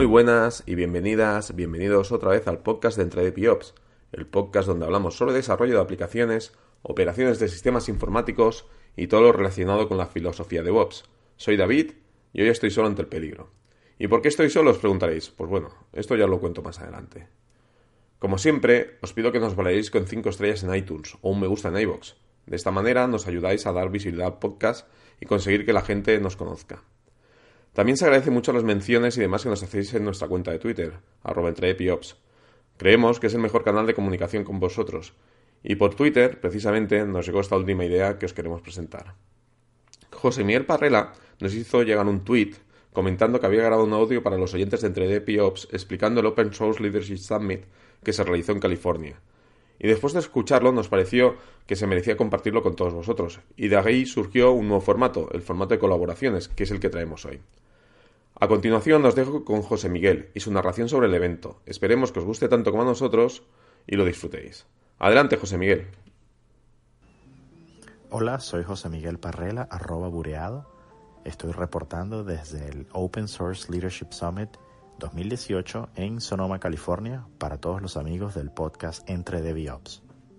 Muy buenas y bienvenidas, bienvenidos otra vez al podcast de Entre DevOps, el podcast donde hablamos sobre desarrollo de aplicaciones, operaciones de sistemas informáticos y todo lo relacionado con la filosofía de DevOps. Soy David y hoy estoy solo ante el peligro. ¿Y por qué estoy solo? Os preguntaréis. Pues bueno, esto ya lo cuento más adelante. Como siempre, os pido que nos valoréis con 5 estrellas en iTunes o un me gusta en iVoox. De esta manera nos ayudáis a dar visibilidad al podcast y conseguir que la gente nos conozca. También se agradece mucho las menciones y demás que nos hacéis en nuestra cuenta de Twitter, @EntreDevOps. Creemos que es el mejor canal de comunicación con vosotros. Y por Twitter, precisamente, nos llegó esta última idea que os queremos presentar. José Miguel Parrela nos hizo llegar un tweet comentando que había grabado un audio para los oyentes de EntreDevOps explicando el Open Source Leadership Summit que se realizó en California. Y después de escucharlo nos pareció que se merecía compartirlo con todos vosotros. Y de ahí surgió un nuevo formato, el formato de colaboraciones, que es el que traemos hoy. A continuación os dejo con José Miguel y su narración sobre el evento. Esperemos que os guste tanto como a nosotros y lo disfrutéis. Adelante, José Miguel. Hola, soy José Miguel Parrela, @bureado. Estoy reportando desde el Open Source Leadership Summit 2018 en Sonoma, California, para todos los amigos del podcast Entre DevOps.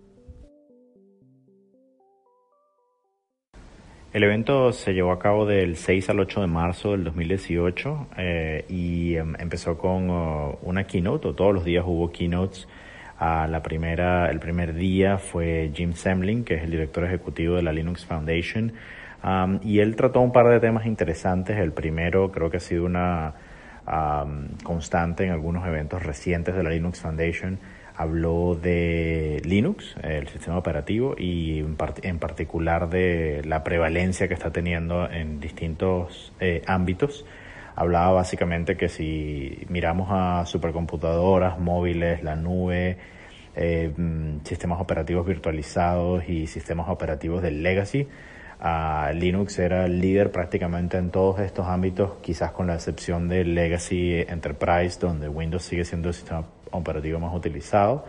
El evento se llevó a cabo del 6 al 8 de marzo del 2018 y empezó con una keynote, o todos los días hubo keynotes. El primer día fue Jim Semling, que es el director ejecutivo de la Linux Foundation, y él trató un par de temas interesantes. El primero creo que ha sido una constante en algunos eventos recientes de la Linux Foundation. Habló de Linux, el sistema operativo, y en particular de la prevalencia que está teniendo en distintos ámbitos. Hablaba básicamente que si miramos a supercomputadoras, móviles, la nube, sistemas operativos virtualizados y sistemas operativos del legacy, Linux era el líder prácticamente en todos estos ámbitos, quizás con la excepción del Legacy Enterprise, donde Windows sigue siendo el sistema operativo más utilizado.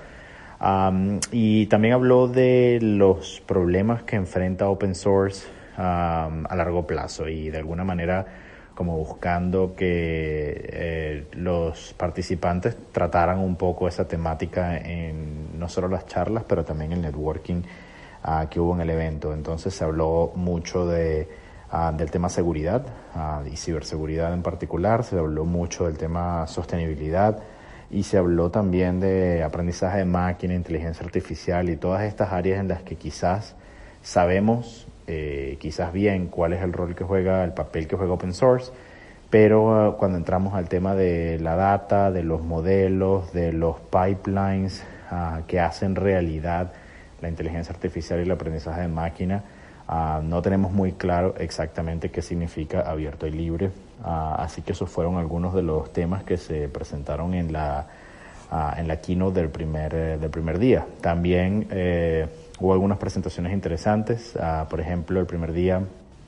Y también habló de los problemas que enfrenta Open Source a largo plazo y de alguna manera como buscando que los participantes trataran un poco esa temática en no solo las charlas, pero también el networking que hubo en el evento. Entonces se habló mucho del tema seguridad y ciberseguridad en particular, se habló mucho del tema sostenibilidad y se habló también de aprendizaje de máquina, inteligencia artificial y todas estas áreas en las que quizás sabemos, quizás bien, cuál es el rol que juega, el papel que juega Open Source, pero cuando entramos al tema de la data, de los modelos, de los pipelines que hacen realidad la inteligencia artificial y el aprendizaje de máquina, no tenemos muy claro exactamente qué significa abierto y libre. Así que esos fueron algunos de los temas que se presentaron en la keynote del primer día. También hubo algunas presentaciones interesantes. Por ejemplo, el primer día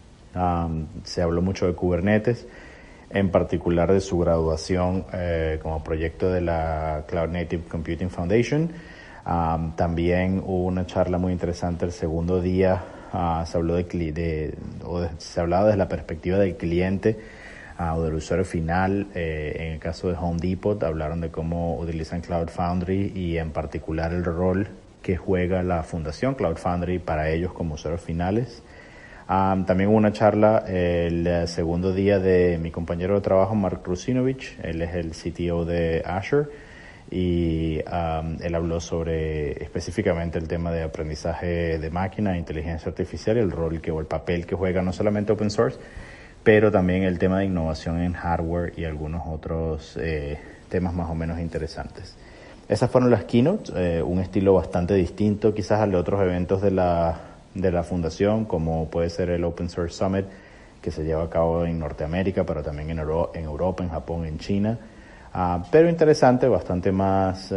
se habló mucho de Kubernetes, en particular de su graduación como proyecto de la Cloud Native Computing Foundation. También hubo una charla muy interesante el segundo día. Se habló se hablaba desde la perspectiva del cliente o del usuario final. En el caso de Home Depot hablaron de cómo utilizan Cloud Foundry y en particular el rol que juega la fundación Cloud Foundry para ellos como usuarios finales. También hubo una charla el segundo día de mi compañero de trabajo Mark Rusinovich. Él es el CTO de Azure y él habló sobre específicamente el tema de aprendizaje de máquina, inteligencia artificial y el rol o el papel que juega no solamente Open Source, pero también el tema de innovación en hardware y algunos otros temas más o menos interesantes. Esas fueron las keynotes, un estilo bastante distinto quizás al de otros eventos de la fundación, como puede ser el Open Source Summit, que se lleva a cabo en Norteamérica, pero también en Europa, en Japón, en China. Pero interesante, bastante más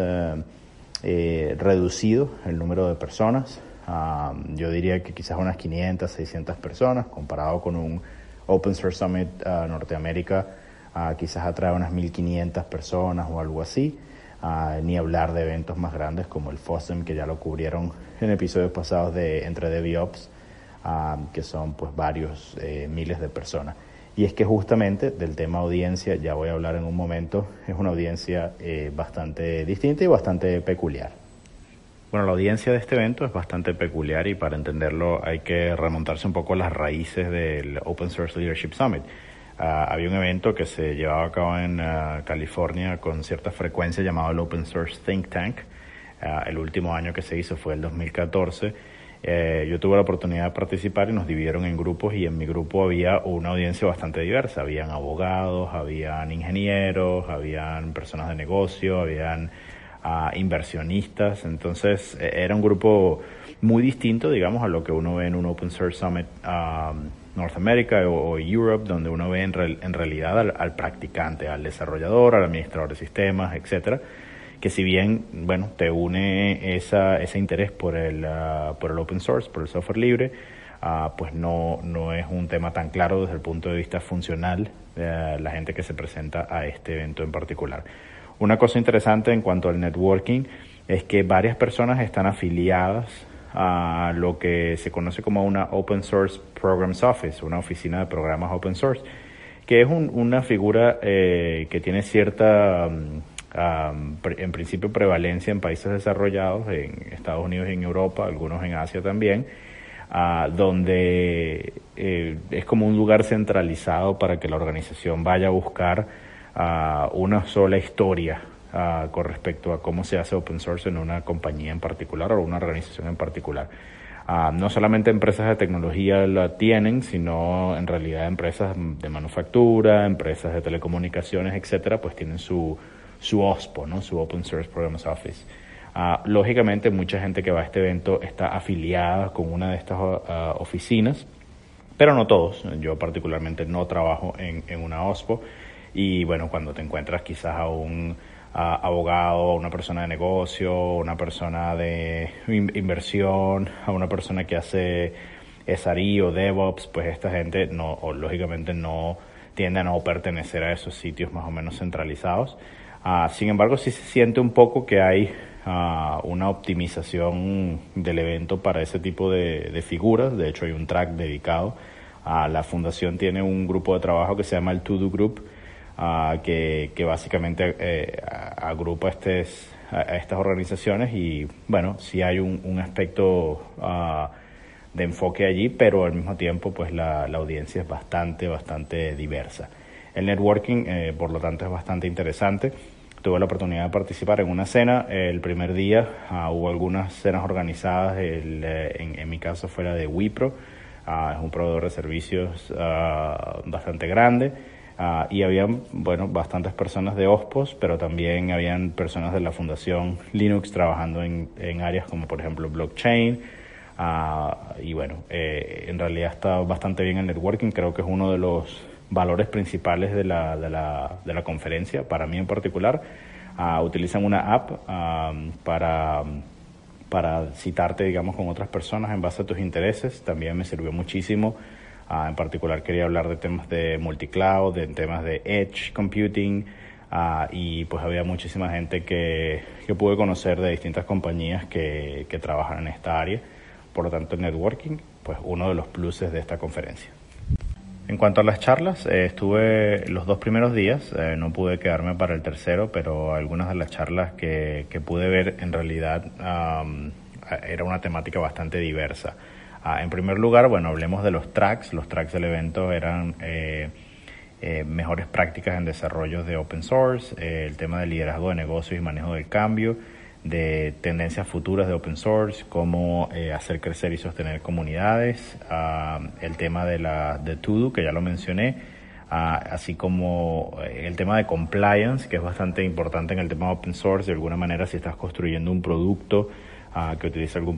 reducido el número de personas. Yo diría que quizás unas 500, 600 personas, comparado con un Open Source Summit Norteamérica, quizás atrae unas 1.500 personas o algo así. Ni hablar de eventos más grandes como el FOSDEM, que ya lo cubrieron en episodios pasados de Entre DevOps, que son pues varios miles de personas. y es que justamente del tema audiencia, ya voy a hablar en un momento, es una audiencia bastante distinta y bastante peculiar. Bueno, la audiencia de este evento es bastante peculiar y para entenderlo hay que remontarse un poco a las raíces del Open Source Leadership Summit. Había un evento que se llevaba a cabo en California con cierta frecuencia llamado el Open Source Think Tank. El último año que se hizo fue el 2014. Yo tuve la oportunidad de participar y nos dividieron en grupos y en mi grupo había una audiencia bastante diversa. Habían abogados, habían ingenieros, habían personas de negocio, habían inversionistas. Entonces era un grupo muy distinto, digamos, a lo que uno ve en un Open Source Summit North America o Europe, donde uno ve en realidad al practicante, al desarrollador, al administrador de sistemas, etcétera, que si bien, bueno, te une ese interés por el open source, por el software libre, pues no es un tema tan claro desde el punto de vista funcional la gente que se presenta a este evento en particular. Una cosa interesante en cuanto al networking es que varias personas están afiliadas a lo que se conoce como una Open Source Programs Office, una oficina de programas open source, que es una figura que tiene cierta, en principio, prevalencia en países desarrollados, en Estados Unidos y en Europa, algunos en Asia también, donde es como un lugar centralizado para que la organización vaya a buscar una sola historia con respecto a cómo se hace open source en una compañía en particular o una organización en particular. No solamente empresas de tecnología la tienen, sino en realidad empresas de manufactura, empresas de telecomunicaciones, etcétera, pues tienen su OSPO, ¿no? Su Open Source Programs Office. Lógicamente, mucha gente que va a este evento está afiliada con una de estas oficinas, pero no todos. Yo particularmente no trabajo en una OSPO. Y bueno, cuando te encuentras quizás a un abogado, a una persona de negocio, una persona de inversión, a una persona que hace SRE o DevOps, pues esta gente lógicamente no tiende a no pertenecer a esos sitios más o menos centralizados. Sin embargo, sí se siente un poco que hay una optimización del evento para ese tipo de figuras. De hecho, hay un track dedicado. La fundación tiene un grupo de trabajo que se llama el To Do Group, que básicamente agrupa a estas organizaciones y bueno, sí hay un aspecto de enfoque allí, pero al mismo tiempo pues la audiencia es bastante diversa. El networking, por lo tanto, es bastante interesante. Tuve la oportunidad de participar en una cena. El primer día hubo algunas cenas organizadas, en mi caso fue la de Wipro, es un proveedor de servicios bastante grande. Y habían, bueno, bastantes personas de OSPOS, pero también habían personas de la Fundación Linux trabajando en áreas como, por ejemplo, blockchain. Y bueno, en realidad está bastante bien el networking. Creo que es uno de los valores principales de la conferencia, para mí en particular. Utilizan una app para citarte, digamos, con otras personas en base a tus intereses. También me sirvió muchísimo. En particular quería hablar de temas de multicloud, de temas de edge computing, y pues había muchísima gente que pude conocer de distintas compañías que trabajan en esta área. Por lo tanto, el networking, pues uno de los pluses de esta conferencia. En cuanto a las charlas, estuve los 2 primeros días, no pude quedarme para el tercero, pero algunas de las charlas que pude ver en realidad era una temática bastante diversa. En primer lugar, bueno, hablemos de los tracks. Los tracks del evento eran mejores prácticas en desarrollo de open source, el tema de liderazgo de negocios y manejo del cambio, de tendencias futuras de open source, cómo hacer crecer y sostener comunidades, el tema de To-Do, que ya lo mencioné, así como el tema de compliance, que es bastante importante en el tema de open source. De alguna manera, si estás construyendo un producto que utilice algún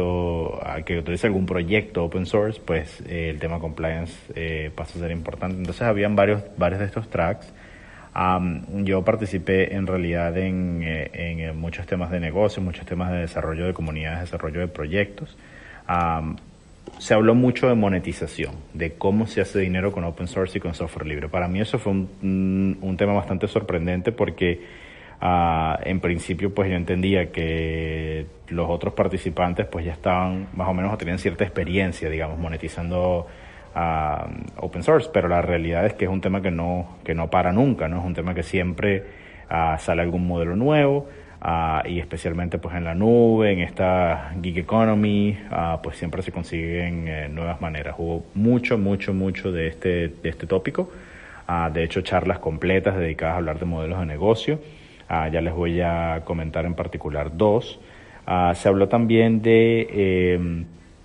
proyecto open source, pues el tema compliance pasa a ser importante. Entonces habían varios de estos tracks. Yo participé en realidad en muchos temas de negocio, muchos temas de desarrollo de comunidades, desarrollo de proyectos. Se habló mucho de monetización, de cómo se hace dinero con open source y con software libre. Para mí eso fue un tema bastante sorprendente porque en principio pues yo entendía que los otros participantes pues ya estaban más o menos, tenían cierta experiencia, digamos, monetizando open source, pero la realidad es que es un tema que no para nunca, ¿no? Es un tema que siempre sale algún modelo nuevo, y especialmente pues en la nube, en esta gig economy, pues siempre se consiguen nuevas maneras. Hubo mucho de este tópico. De hecho, charlas completas dedicadas a hablar de modelos de negocio. Ya les voy a comentar en particular dos. Se habló también de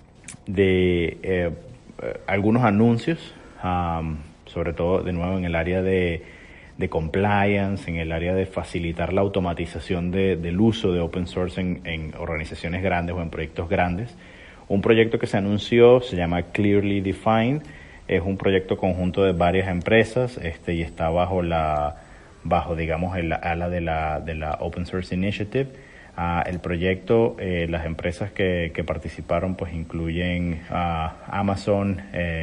algunos anuncios, sobre todo de nuevo en el área de compliance, en el área de facilitar la automatización del uso de open source en organizaciones grandes o en proyectos grandes. Un proyecto que se anunció se llama Clearly Defined. Es un proyecto conjunto de varias empresas y está bajo digamos el ala de la Open Source Initiative. El proyecto, las empresas que participaron pues incluyen Amazon,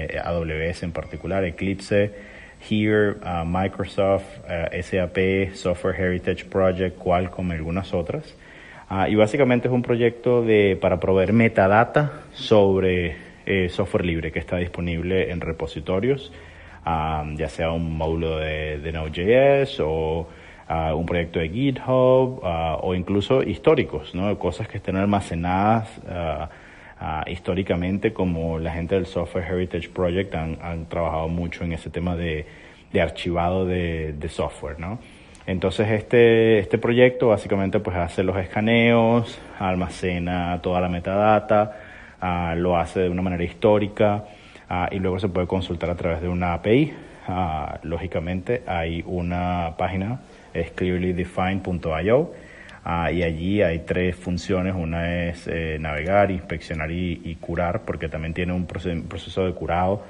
AWS en particular, Eclipse, Here, Microsoft, SAP, Software Heritage Project, Qualcomm y algunas otras. Y básicamente es un proyecto para proveer metadata sobre software libre que está disponible en repositorios, ya sea un módulo de Node.js o un proyecto de GitHub, o incluso históricos, ¿no? Cosas que estén almacenadas históricamente, como la gente del Software Heritage Project han trabajado mucho en ese tema de archivado de software, ¿no? Entonces este proyecto básicamente pues hace los escaneos, almacena toda la metadata, lo hace de una manera histórica, y luego se puede consultar a través de una API. Lógicamente hay una página, es clearlydefined.io, y allí hay tres funciones. Una es navegar, inspeccionar y curar, porque también tiene un proceso de curado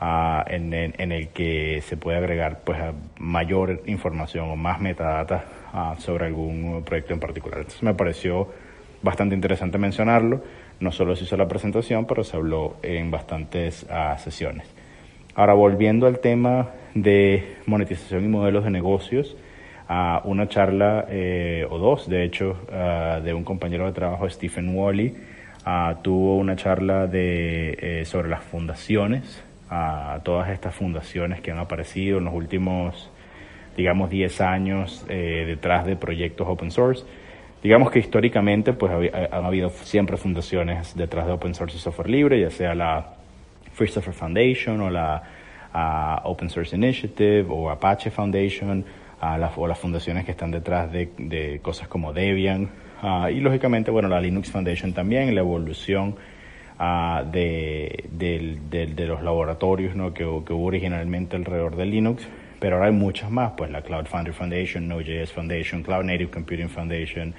en el que se puede agregar pues mayor información o más metadata sobre algún proyecto en particular. Entonces me pareció bastante interesante mencionarlo. No solo se hizo la presentación, pero se habló en bastantes sesiones. Ahora, volviendo al tema de monetización y modelos de negocios, una charla o dos, de hecho, de un compañero de trabajo, Stephen Wally, tuvo una charla sobre las fundaciones, todas estas fundaciones que han aparecido en los últimos, digamos, 10 años detrás de proyectos open source. Digamos que históricamente pues han habido siempre fundaciones detrás de open source y software libre, ya sea la Free Software Foundation o la Open Source Initiative o Apache Foundation, o las fundaciones que están detrás de cosas como Debian, y lógicamente bueno, la Linux Foundation también, la evolución de los laboratorios, ¿no? que hubo originalmente alrededor de Linux, pero ahora hay muchas más, pues la Cloud Foundry Foundation, Node.js Foundation, Cloud Native Computing Foundation,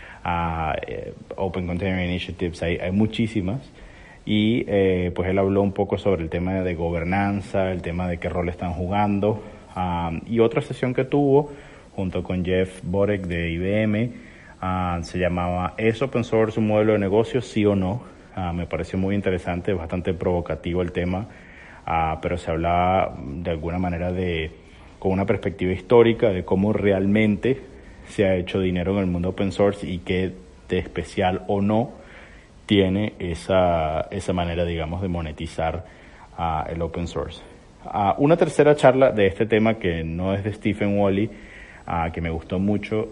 Open Container Initiatives, hay muchísimas. Y pues él habló un poco sobre el tema de gobernanza, el tema de qué rol están jugando, y otra sesión que tuvo junto con Jeff Borek de IBM se llamaba ¿Es open source un modelo de negocio, sí o no? Me pareció muy interesante, bastante provocativo el tema, pero se hablaba de alguna manera con una perspectiva histórica de cómo realmente se ha hecho dinero en el mundo open source y qué de especial o no tiene esa manera, digamos, de monetizar el open source. Una tercera charla de este tema, que no es de Stephen Wally, que me gustó mucho,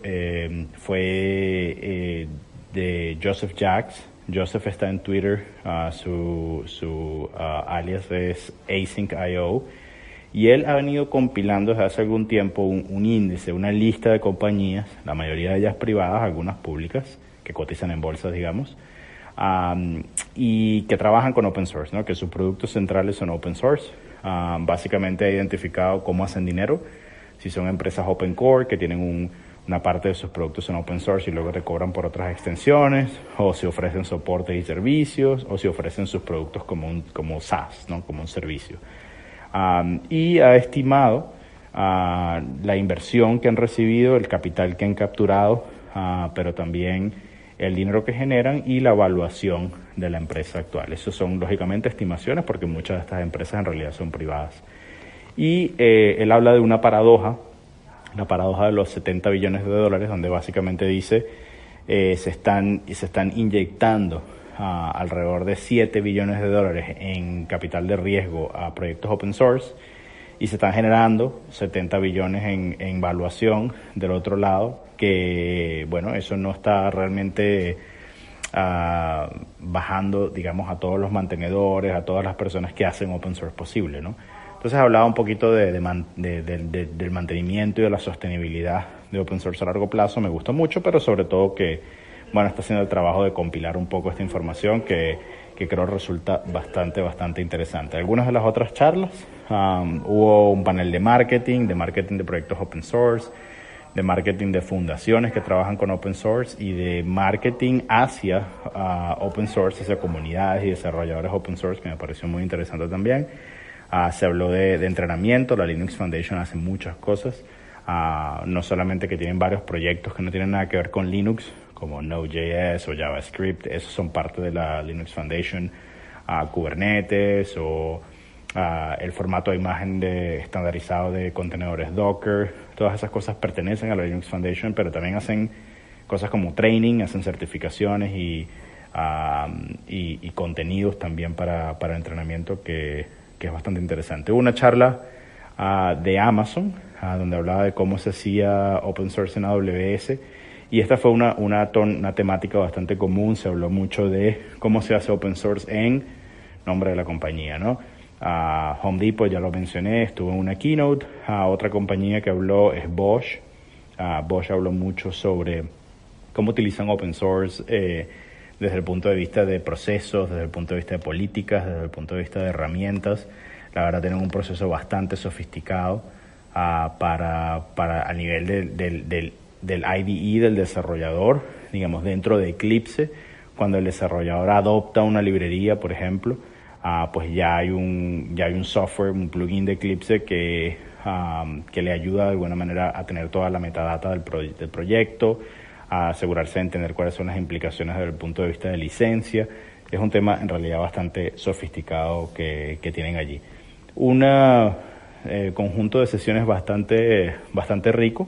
fue de Joseph Jacks. Joseph está en Twitter, su alias es async.io, y él ha venido compilando desde hace algún tiempo un índice, una lista de compañías, la mayoría de ellas privadas, algunas públicas, que cotizan en bolsas, digamos, y que trabajan con open source, ¿no? Que sus productos centrales son open source. Básicamente ha identificado cómo hacen dinero, si son empresas open core que tienen una parte de sus productos en open source y luego te cobran por otras extensiones, o si ofrecen soporte y servicios, o si ofrecen sus productos como SaaS, ¿no? Como un servicio. Y ha estimado la inversión que han recibido, el capital que han capturado, pero también el dinero que generan y la evaluación de la empresa actual. Eso son lógicamente estimaciones, porque muchas de estas empresas en realidad son privadas. Y él habla de una paradoja, la paradoja de los 70 billones de dólares, donde básicamente dice se están inyectando alrededor de $7 billones en capital de riesgo a proyectos open source y se están generando 70 billones en valuación del otro lado, que bueno, eso no está realmente bajando, digamos, a todos los mantenedores, a todas las personas que hacen open source posible, ¿no? Entonces hablaba un poquito del mantenimiento y de la sostenibilidad de open source a largo plazo. Me gustó mucho, pero sobre todo que, bueno, está haciendo el trabajo de compilar un poco esta información que creo resulta bastante interesante. Algunas de las otras charlas, hubo un panel de marketing de proyectos open source, de marketing de fundaciones que trabajan con open source y de marketing hacia open source, hacia comunidades y desarrolladores open source, que me pareció muy interesante también. Se habló de entrenamiento. La Linux Foundation hace muchas cosas, no solamente que tienen varios proyectos que no tienen nada que ver con Linux, como Node.js o JavaScript, esos son parte de la Linux Foundation, Kubernetes o el formato de imagen estandarizado de contenedores Docker. Todas esas cosas pertenecen a la Linux Foundation, pero también hacen cosas como training, hacen certificaciones y contenidos también para entrenamiento que es bastante interesante. Hubo una charla de Amazon, donde hablaba de cómo se hacía open source en AWS, y esta fue una temática bastante común. Se habló mucho de cómo se hace open source en nombre de la compañía, ¿no? Home Depot, ya lo mencioné, estuvo en una keynote. Otra compañía que habló es Bosch. Bosch habló mucho sobre cómo utilizan open source desde el punto de vista de procesos, desde el punto de vista de políticas, desde el punto de vista de herramientas. La verdad tienen un proceso bastante sofisticado a nivel del IDE del desarrollador, digamos, dentro de Eclipse. Cuando el desarrollador adopta una librería, por ejemplo, pues ya hay un software, un plugin de Eclipse que le ayuda de alguna manera a tener toda la metadata del proyecto, a asegurarse de entender cuáles son las implicaciones desde el punto de vista de licencia. Es un tema en realidad bastante sofisticado que tienen allí. Un conjunto de sesiones bastante rico.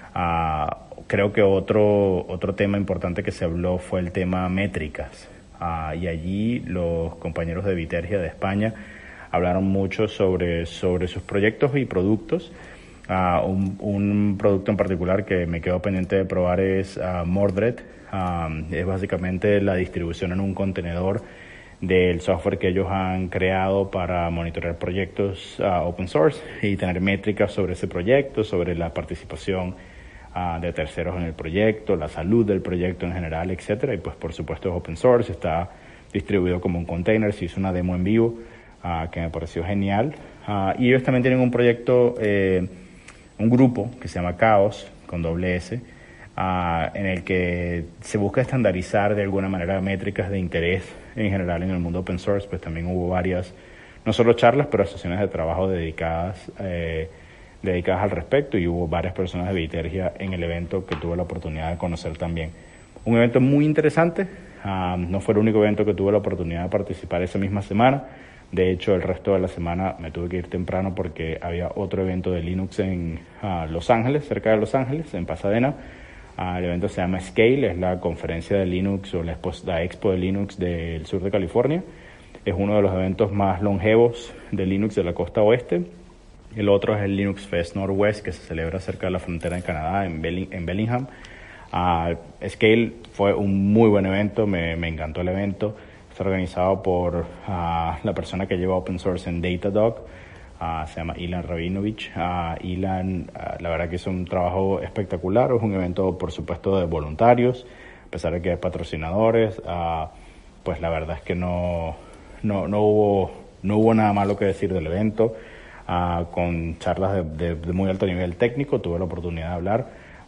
Creo que otro tema importante que se habló fue el tema métricas. Y allí los compañeros de Vitergia de España hablaron mucho sobre sus proyectos y productos. Un producto en particular que me quedo pendiente de probar es Mordred. Es básicamente la distribución en un contenedor del software que ellos han creado para monitorear proyectos open source y tener métricas sobre ese proyecto, sobre la participación de terceros en el proyecto, la salud del proyecto en general, etcétera. Y pues por supuesto es open source, está distribuido como un container. Se hizo una demo en vivo que me pareció genial. Y ellos también tienen un proyecto, un grupo que se llama Chaos, con doble S, en el que se busca estandarizar de alguna manera métricas de interés en general en el mundo open source. Pues también hubo varias, no solo charlas, pero sesiones de trabajo dedicadas al respecto, y hubo varias personas de Vitergia en el evento que tuve la oportunidad de conocer también. Un evento muy interesante. No fue el único evento que tuve la oportunidad de participar esa misma semana. De hecho, el resto de la semana me tuve que ir temprano porque había otro evento de Linux en Los Ángeles, cerca de Los Ángeles, en Pasadena. El evento se llama Scale, es la conferencia de Linux o la expo de Linux del sur de California. Es uno de los eventos más longevos de Linux de la costa oeste. El otro es el Linux Fest Northwest, que se celebra cerca de la frontera de Canadá, en Bellingham. Scale fue un muy buen evento, me encantó el evento. Está organizado por la persona que lleva open source en Datadog, se llama Ilan Rabinovich. Ilan, la verdad que hizo un trabajo espectacular. Es un evento, por supuesto, de voluntarios, a pesar de que hay patrocinadores. Pues la verdad es que no hubo nada malo que decir del evento. Con charlas de muy alto nivel técnico, tuve la oportunidad de hablar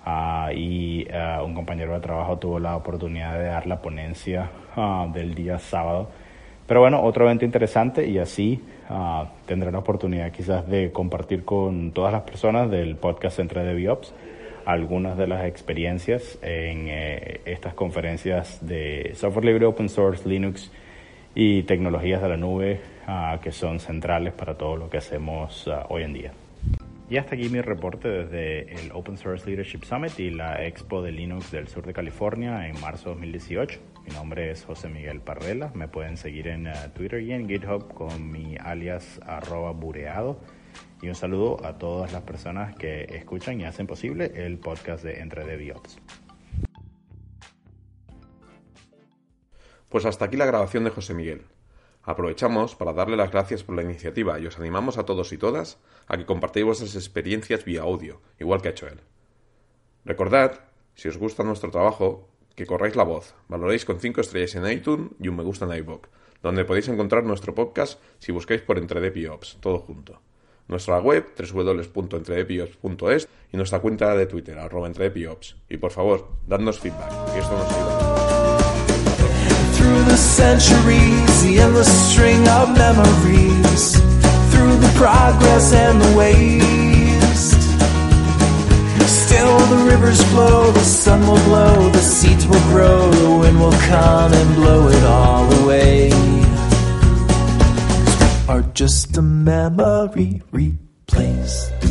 y un compañero de trabajo tuvo la oportunidad de dar la ponencia del día sábado. Pero bueno, otro evento interesante, y así tendré la oportunidad quizás de compartir con todas las personas del podcast Entre DevOps algunas de las experiencias en estas conferencias de software libre, open source, Linux y tecnologías de la nube que son centrales para todo lo que hacemos hoy en día. Y hasta aquí mi reporte desde el Open Source Leadership Summit y la Expo de Linux del sur de California en marzo de 2018. Mi nombre es José Miguel Parrela. Me pueden seguir en Twitter y en GitHub con mi alias @bureado. Y un saludo a todas las personas que escuchan y hacen posible el podcast de Entre DevOps. Pues hasta aquí la grabación de José Miguel. Aprovechamos para darle las gracias por la iniciativa y os animamos a todos y todas a que compartáis vuestras experiencias vía audio, igual que ha hecho él. Recordad, si os gusta nuestro trabajo, que corráis la voz, valoréis con 5 estrellas en iTunes y un me gusta en iVoox, donde podéis encontrar nuestro podcast si buscáis por Entre DevOps, todo junto. Nuestra web, www.entredevOps.es y nuestra cuenta de Twitter, @entredevOps. Y por favor, dadnos feedback, que esto nos ayuda. Through the centuries, the endless string of memories, through the progress and the waste, still the rivers flow, the sun will blow, the seeds will grow, the wind will come and blow it all away. Are just a memory replaced.